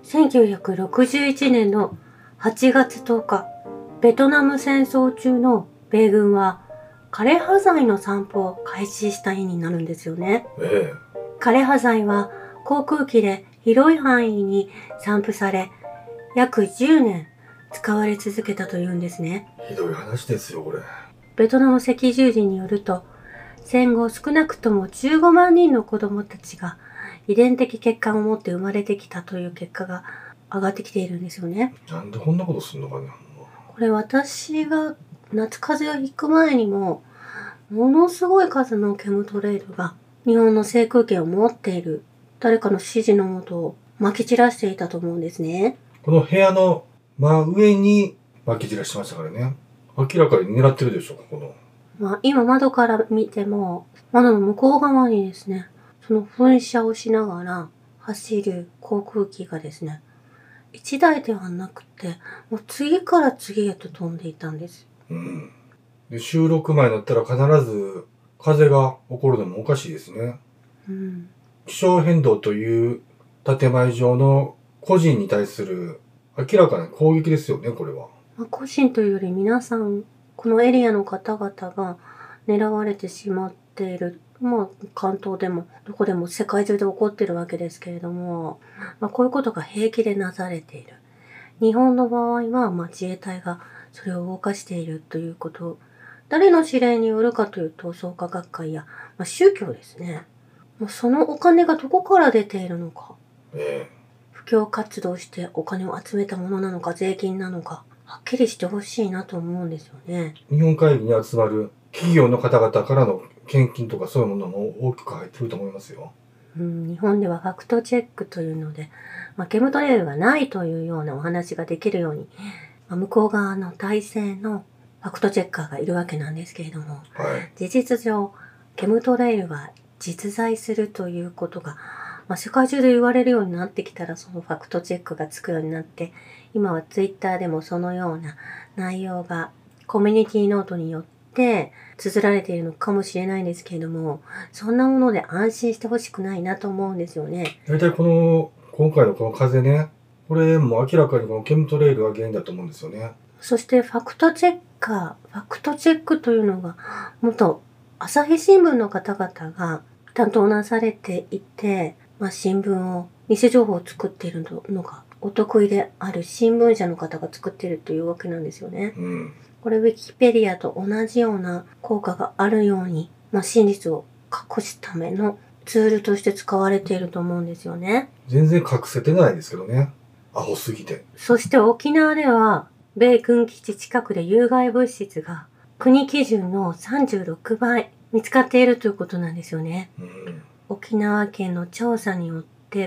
1961年の8月10日、ベトナム戦争中の米軍は枯葉剤の散布を開始した日になるんですよね。枯葉剤は航空機で広い範囲に散布され、約10年使われ続けたというんですね。 ひどい話ですよ、これ。 ベトナム赤十字によると、戦後少なくとも15万人の子供たちが遺伝的欠陥を持って生まれてきたという結果が上がってきているんですよね。 なんでこんなことすんのかね。 これ私が夏風邪をひく前にも、ものすごい数のケムトレイルが日本の制空権を持っている誰かの指示のもとを撒き散らしていたと思うんですね。 この部屋の真上に撒き散らしましたからね。明らかに狙ってるでしょ、ここの。 今窓から見ても、窓の向こう側にですね、その噴射をしながら走る航空機がですね、一台ではなくて、もう次から次へと飛んでいたんです。 で、収録前になったら必ず風が起こるのもおかしいですね。気象変動という建前上の個人に対する明らかな攻撃ですよね、これは。 個人というより皆さん、このエリアの方々が狙われてしまっている。関東でもどこでも世界中で起こっているわけですけれども、こういうことが平気でなされている。日本の場合は、自衛隊がそれを動かしているということ。誰の指令によるかというと、創価学会や、宗教ですね。そのお金がどこから出ているのか。布教活動してお金を集めたものなのか、税金なのか、はっきりしてほしいなと思うんですよね。 日本会議に集まる企業の方々からの献金とかそういうものも大きく入ってると思いますよ。 日本ではファクトチェックというので、ケムトレイルがないというようなお話ができるように、向こう側の体制のファクトチェッカーがいるわけなんですけれども、事実上、ケムトレイルが実在するということが、世界中で言われるようになってきたら、そのファクトチェックがつくようになって、今はツイッターでもそのような内容がコミュニティノートによって綴られているのかもしれないんですけれども、そんなもので安心してほしくないなと思うんですよね。 大体今回のこの風ね、これも明らかにこのケムトレイルが原因だと思うんですよね。 そしてファクトチェックというのが、元朝日新聞の方々が担当なされていて、新聞を、偽情報を作っているのがお得意である新聞社の方が作っているというわけなんですよね。これウィキペディアと同じような効果があるように、真実を隠すためのツールとして使われていると思うんですよね。 全然隠せてないですけどね。アホすぎて。 そして沖縄では、米軍基地近くで有害物質が国基準の36倍見つかっているということなんですよね。沖縄県の調査によって、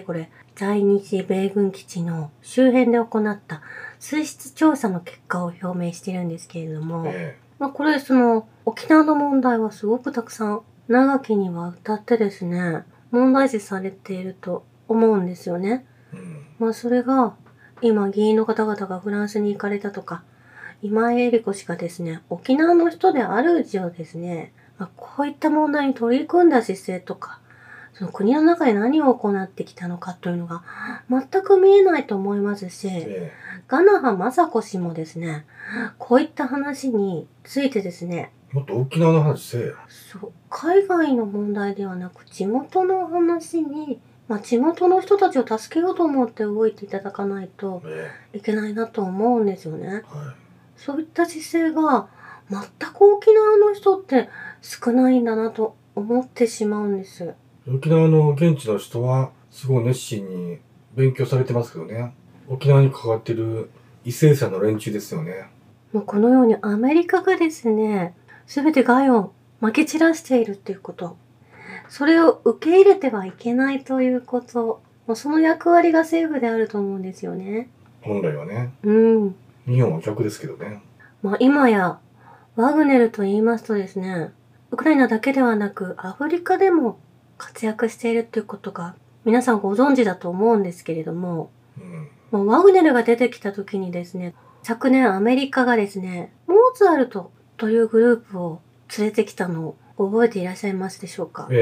これ、在日米軍基地の周辺で行った水質調査の結果を表明しているんですけれども、これ沖縄の問題はすごくたくさん長きにわたってですね、問題視されていると思うんですよね。それが、今議員の方々がフランスに行かれたとか、今井絵理子氏がですね、沖縄の人である以上ですね、こういった問題に取り組んだ姿勢とか、その国の中で何を行ってきたのかというのが全く見えないと思いますし、ガナハ雅子氏もですね、こういった話についてですね、 もっと沖縄の話せえや。 海外の問題ではなく地元の話に、地元の人たちを助けようと思って動いていただかないといけないなと思うんですよね。そういった姿勢が全く沖縄の人って少ないんだなと思ってしまうんです。 沖縄の現地の人はすごい熱心に勉強されてますけどね。沖縄に関わってる為政者の連中ですよね。 このようにアメリカがですね、すべて害を撒き散らしているっていうこと。それを受け入れてはいけないということ。その役割が政府であると思うんですよね。 本来はね。日本は逆ですけどね。 今やワグネルと言いますとですね、ウクライナだけではなくアフリカでも活躍しているっていうことが皆さんご存知だと思うんですけれども、ワグネルが出てきた時にですね、昨年アメリカがですね、モーツァルトというグループを連れてきたのを覚えていらっしゃいますでしょうか。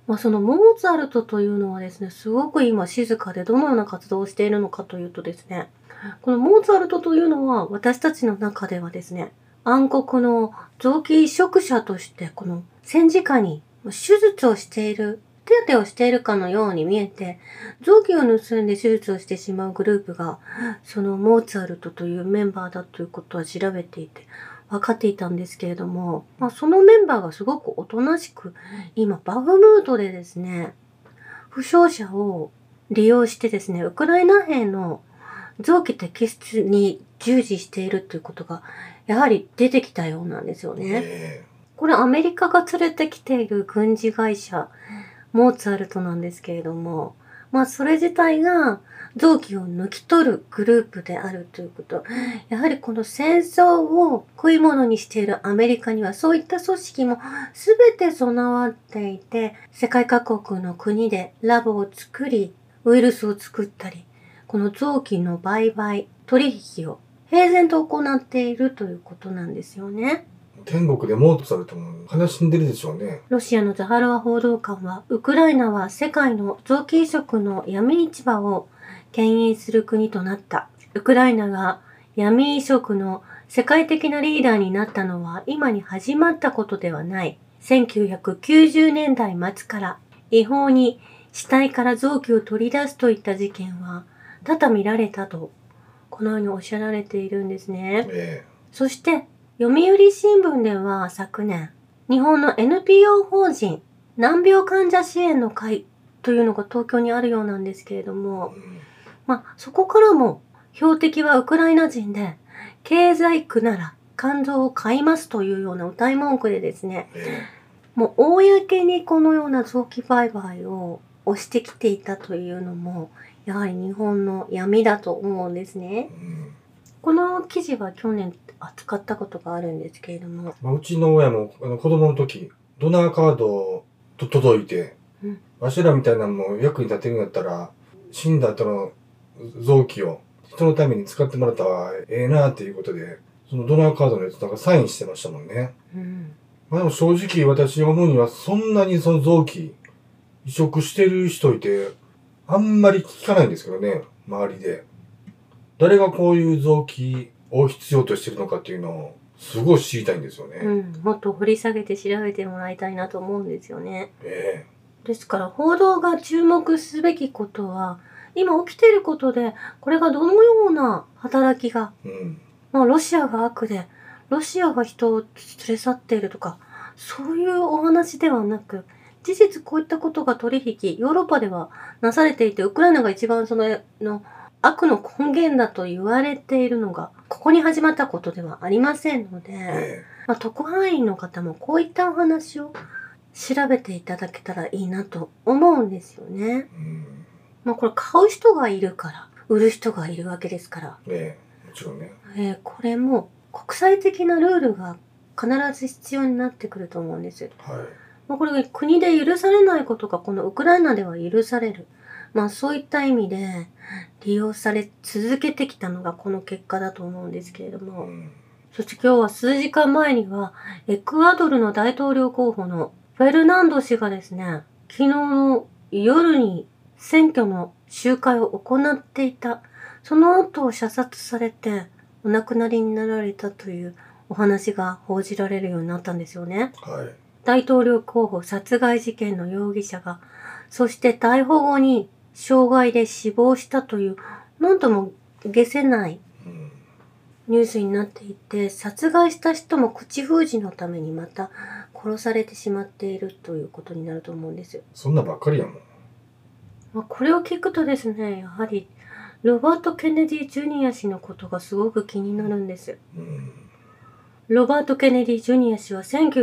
そのモーツァルトというのはですね、すごく今静かでどのような活動をしているのかというとですね、このモーツァルトというのは私たちの中ではですね、暗黒の臓器移植者としてこの戦時下に手術をしている、手当てをしているかのように見えて、臓器を盗んで手術をしてしまうグループが、そのモーツァルトというメンバーだということは調べていて、分かっていたんですけれども、そのメンバーがすごくおとなしく、今バフムートでですね、負傷者を利用してですね、ウクライナ兵の臓器摘出に従事しているということが、やはり出てきたようなんですよね。これアメリカが連れてきている軍事会社、モーツァルトなんですけれども、それ自体が臓器を抜き取るグループであるということ。やはりこの戦争を食い物にしているアメリカにはそういった組織も全て備わっていて、世界各国の国でラボを作り、ウイルスを作ったり、この臓器の売買、取引を平然と行っているということなんですよね。 天国でモーツァルトも悲しんでるでしょうね。 ロシアのザハロワ報道官は、ウクライナは世界の臓器移植の闇市場を牽引する国となった。ウクライナが闇移植の世界的なリーダーになったのは今に始まったことではない。1990年代末から違法に死体から臓器を取り出すといった事件は多々見られたと、このようにおっしゃられているんですね。そして、読売新聞では昨年、日本の NPO 法人難病患者支援の会というのが東京にあるようなんですけれども、そこからも標的はウクライナ人で、経済苦なら肝臓を買いますというような歌い文句でですね、もう公にこのような臓器売買を押してきていたというのも、やはり日本の闇だと思うんですね。この記事は去年扱ったことがあるんですけれども。 うちの親も子供の時、ドナーカードと届いて、わしらみたいなのも役に立てるんだったら、死んだ後の臓器を人のために使ってもらったらええなっていうことで、そのドナーカードのやつなんかサインしてましたもんね。でも正直私が思うにはそんなにその臓器移植してる人いて、あんまり聞かないんですけどね、周りで。誰がこういう臓器を必要としてるのかっていうのをすごい知りたいんですよね。 もっと掘り下げて調べてもらいたいなと思うんですよね。ですから報道が注目すべきことは、今起きていることで、これがどのような働きが、ロシアが悪で、ロシアが人を連れ去っているとか、そういうお話ではなく、事実こういったことが取引、ヨーロッパではなされていて、ウクライナが一番その悪の根源だと言われているのが、ここに始まったことではありませんので、特派員の方もこういったお話を調べていただけたらいいなと思うんですよね。これ買う人がいるから、売る人がいるわけですから。 もちろんね。 これも国際的なルールが必ず必要になってくると思うんです。これが国で許されないことがこのウクライナでは許される。そういった意味で利用され続けてきたのがこの結果だと思うんですけれども。そして今日は数時間前にはエクアドルの大統領候補のフェルナンド氏がですね、昨日の夜に選挙の集会を行っていた。その後射殺されてお亡くなりになられたというお話が報じられるようになったんですよね。大統領候補殺害事件の容疑者が、そして逮捕後に傷害で死亡したという、なんとも解せないニュースになっていて、殺害した人も口封じのためにまた殺されてしまっているということになると思うんですよ。 そんなばっかりやもん。 これを聞くとですね、やはりロバート・ケネディ・ジュニア氏のことがすごく気になるんです。ロバート・ケネディ・ジュニア氏は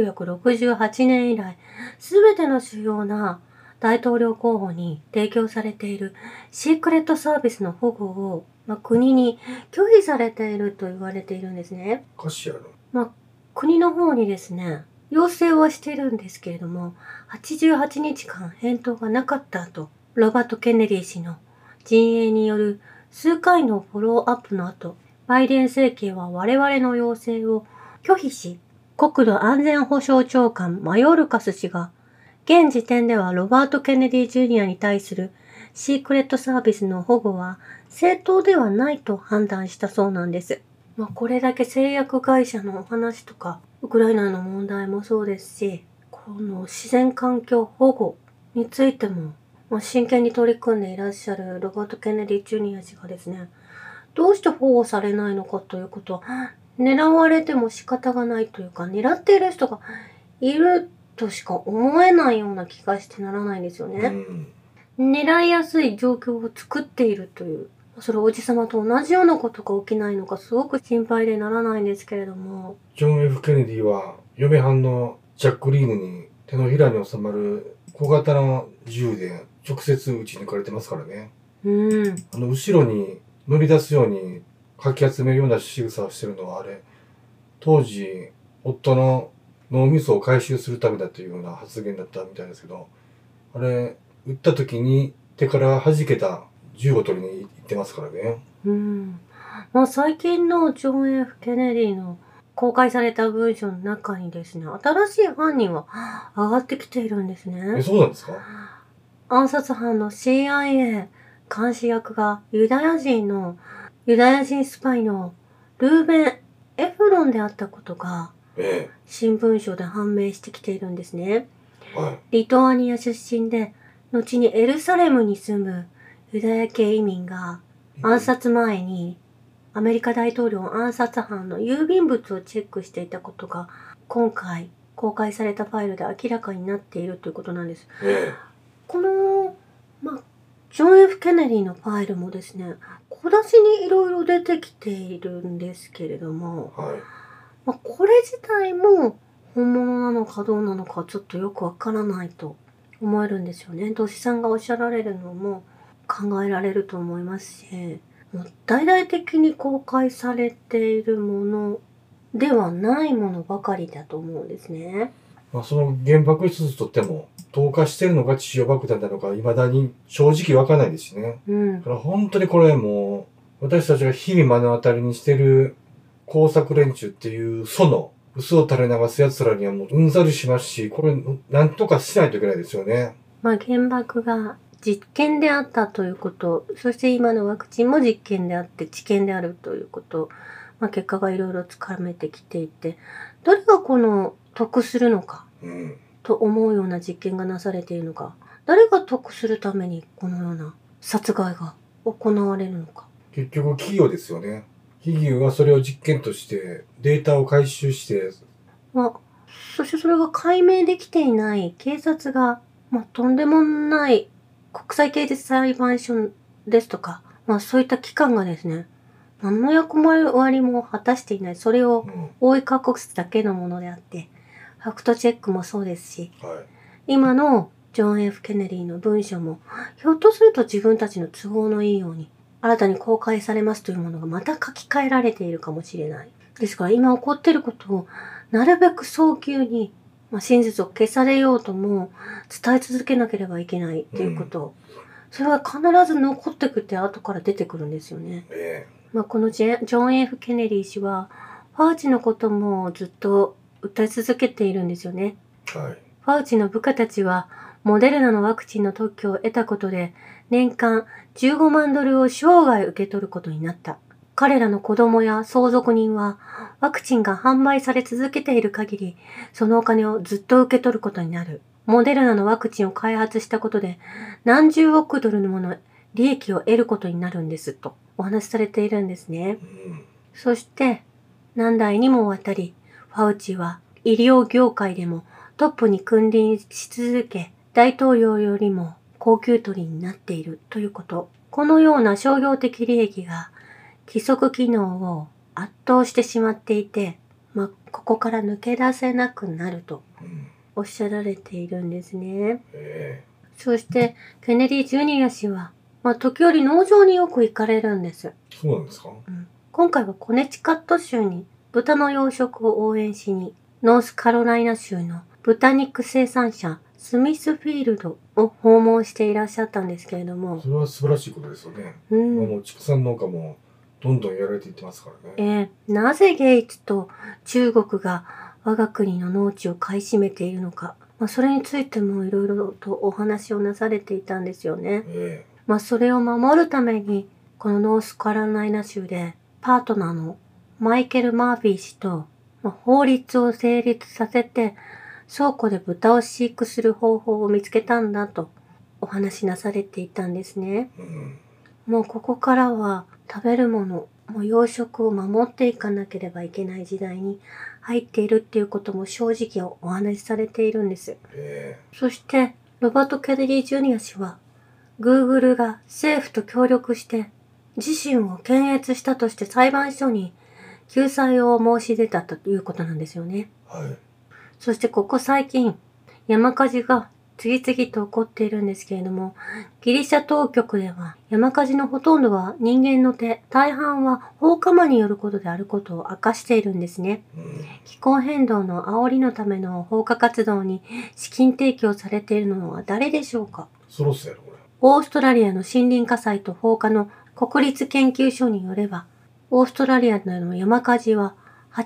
1968年以来、すべての主要な大統領候補に提供されているシークレットサービスの保護を、国に拒否されていると言われているんですね。 おかしいやろ。 国の方にですね、要請はしているんですけれども、88日間返答がなかった後、ロバート・ケネディ氏の陣営による数回のフォローアップの後、バイデン政権は我々の要請を拒否し、国土安全保障長官マヨルカス氏が現時点ではロバート・ケネディ・ジュニアに対するシークレットサービスの保護は正当ではないと判断したそうなんです。これだけ製薬会社のお話とか、ウクライナの問題もそうですし、この自然環境保護についても、真剣に取り組んでいらっしゃるロバート・ケネディ・ジュニア氏がですね、どうして保護されないのかということは、狙われても仕方がないというか、狙っている人がいるとしか思えないような気がしてならないんですよね。狙いやすい状況を作っているという、それおじさまと同じようなことが起きないのかすごく心配でならないんですけれども。 ジョン・ F・ケネディは嫁はんのジャック・リーヌに手のひらに収まる小型の銃で直接撃ち抜かれてますからね。後ろに乗り出すようにかき集めるような仕草をしてるのはあれ、当時夫の脳みそを回収するためだというような発言だったみたいですけど、あれ撃った時に手から弾けた銃を取りに行ってますからね。 最近のジョン・ F ・ケネディの公開された文章の中にですね、新しい犯人は上がってきているんですね。 そうなんですか？ 暗殺犯の CIA 監視役がユダヤ人スパイのルーベン・エフロンであったことが、新聞社で判明してきているんですね。リトアニア出身で、後にエルサレムに住むユダヤ系移民が暗殺前にアメリカ大統領暗殺犯の郵便物をチェックしていたことが今回公開されたファイルで明らかになっているということなんです。この、ジョン・ F ・ケネディのファイルもですね、小出しにいろいろ出てきているんですけれども、これ自体も本物なのかどうなのかちょっとよくわからないと思えるんですよね。ドシさんがおっしゃられるのも考えられると思いますし、大々的に公開されているものではないものばかりだと思うんですね。 その原爆一つとっても投下してるのか地上爆弾なのか未だに正直わからないですしね。だから本当にこれもう私たちが日々目の当たりにしてる工作連中っていうその嘘を垂れ流す奴らにはもううんざりしますし、これなんとかしないといけないですよね。 原爆が実験であったということ、そして今のワクチンも実験であって治験であるということ、結果がいろいろつかめてきていて、誰がこの得するのか、と思うような実験がなされているのか、誰が得するためにこのような殺害が行われるのか。 結局企業ですよね。企業はそれを実験としてデータを回収して、 そしてそれが解明できていない警察が、とんでもない国際刑事裁判所ですとか、そういった機関がですね、何の役割も果たしていない。それを覆い隠すだけのものであって、ファクトチェックもそうですし、今のジョン・ F ・ケネディの文書も、ひょっとすると自分たちの都合のいいように、新たに公開されますというものがまた書き換えられているかもしれない。ですから今起こっていることを、なるべく早急に、真実を消されようとも伝え続けなければいけないっていうこと。それは必ず残ってくって後から出てくるんですよね。このジョン・ F ・ケネディ氏は、ファウチのこともずっと訴え続けているんですよね。ファウチの部下たちは、モデルナのワクチンの特許を得たことで、年間15万ドルを生涯受け取ることになった。彼らの子供や相続人は、ワクチンが販売され続けている限り、そのお金をずっと受け取ることになる。モデルナのワクチンを開発したことで、何十億ドルのもの利益を得ることになるんですとお話しされているんですね。そして何代にもわたりファウチは医療業界でもトップに君臨し続け、大統領よりも高給取りになっているということ。このような商業的利益が規則機能を圧倒してしまっていて、ここから抜け出せなくなるとおっしゃられているんですね。そして、ケネディ・ジュニア氏は、時折農場によく行かれるんです。 そうなんですか？ 今回はコネチカット州に豚の養殖を応援しに、ノースカロライナ州の豚肉生産者、スミスフィールドを訪問していらっしゃったんですけれども。 それは素晴らしいことですよね。もう畜産農家もどんどんやられていってますからね。 なぜゲイツと中国が我が国の農地を買い占めているのか。 それについてもいろいろとお話をなされていたんですよね。それを守るために、このノースカロライナ州でパートナーのマイケル・マーフィー氏と、法律を成立させて倉庫で豚を飼育する方法を見つけたんだとお話しなされていたんですね。もうここからは食べるもの、養殖を守っていかなければいけない時代に入っているっていうことも正直お話しされているんです。そしてロバート・ケネディ・ジュニア氏は Google が政府と協力して自身を検閲したとして裁判所に救済を申し出たということなんですよね。そしてここ最近山火事が次々と起こっているんですけれども、ギリシャ当局では山火事のほとんどは人間の手、大半は放火魔によることであることを明かしているんですね。気候変動の煽りのための放火活動に資金提供されているのは誰でしょうか？オーストラリアの森林火災と放火の国立研究所によれば、オーストラリアでの山火事は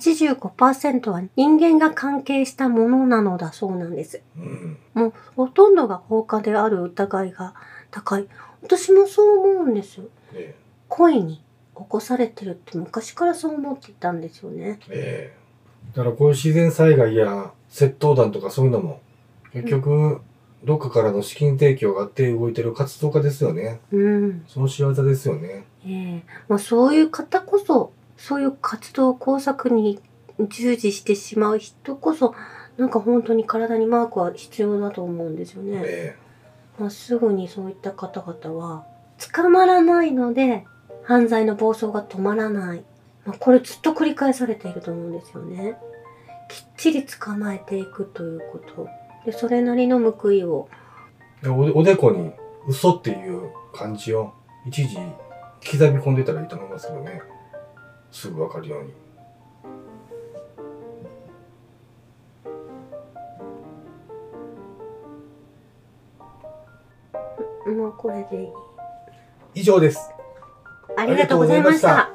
85% は人間が関係したものなのだそうなんです。もうほとんどが放火である疑いが高い。私もそう思うんですよ。故意に起こされてるって昔からそう思っていたんですよね。 だからこういう自然災害や窃盗団とかそういうのも結局どっかからの資金提供があって動いてる活動家ですよね。その仕業ですよね。 そういう方こそ、そういう活動工作に従事してしまう人こそ、なんか本当に体にマークは必要だと思うんですよね。すぐにそういった方々は捕まらないので犯罪の暴走が止まらない。これずっと繰り返されていると思うんですよね。きっちり捕まえていくということ。で、それなりの報いを。 おでこに嘘っていう漢字を一時刻み込んでたらいいと思いますけどね。すぐわかるように。 もうこれでいい。 以上です。 ありがとうございました。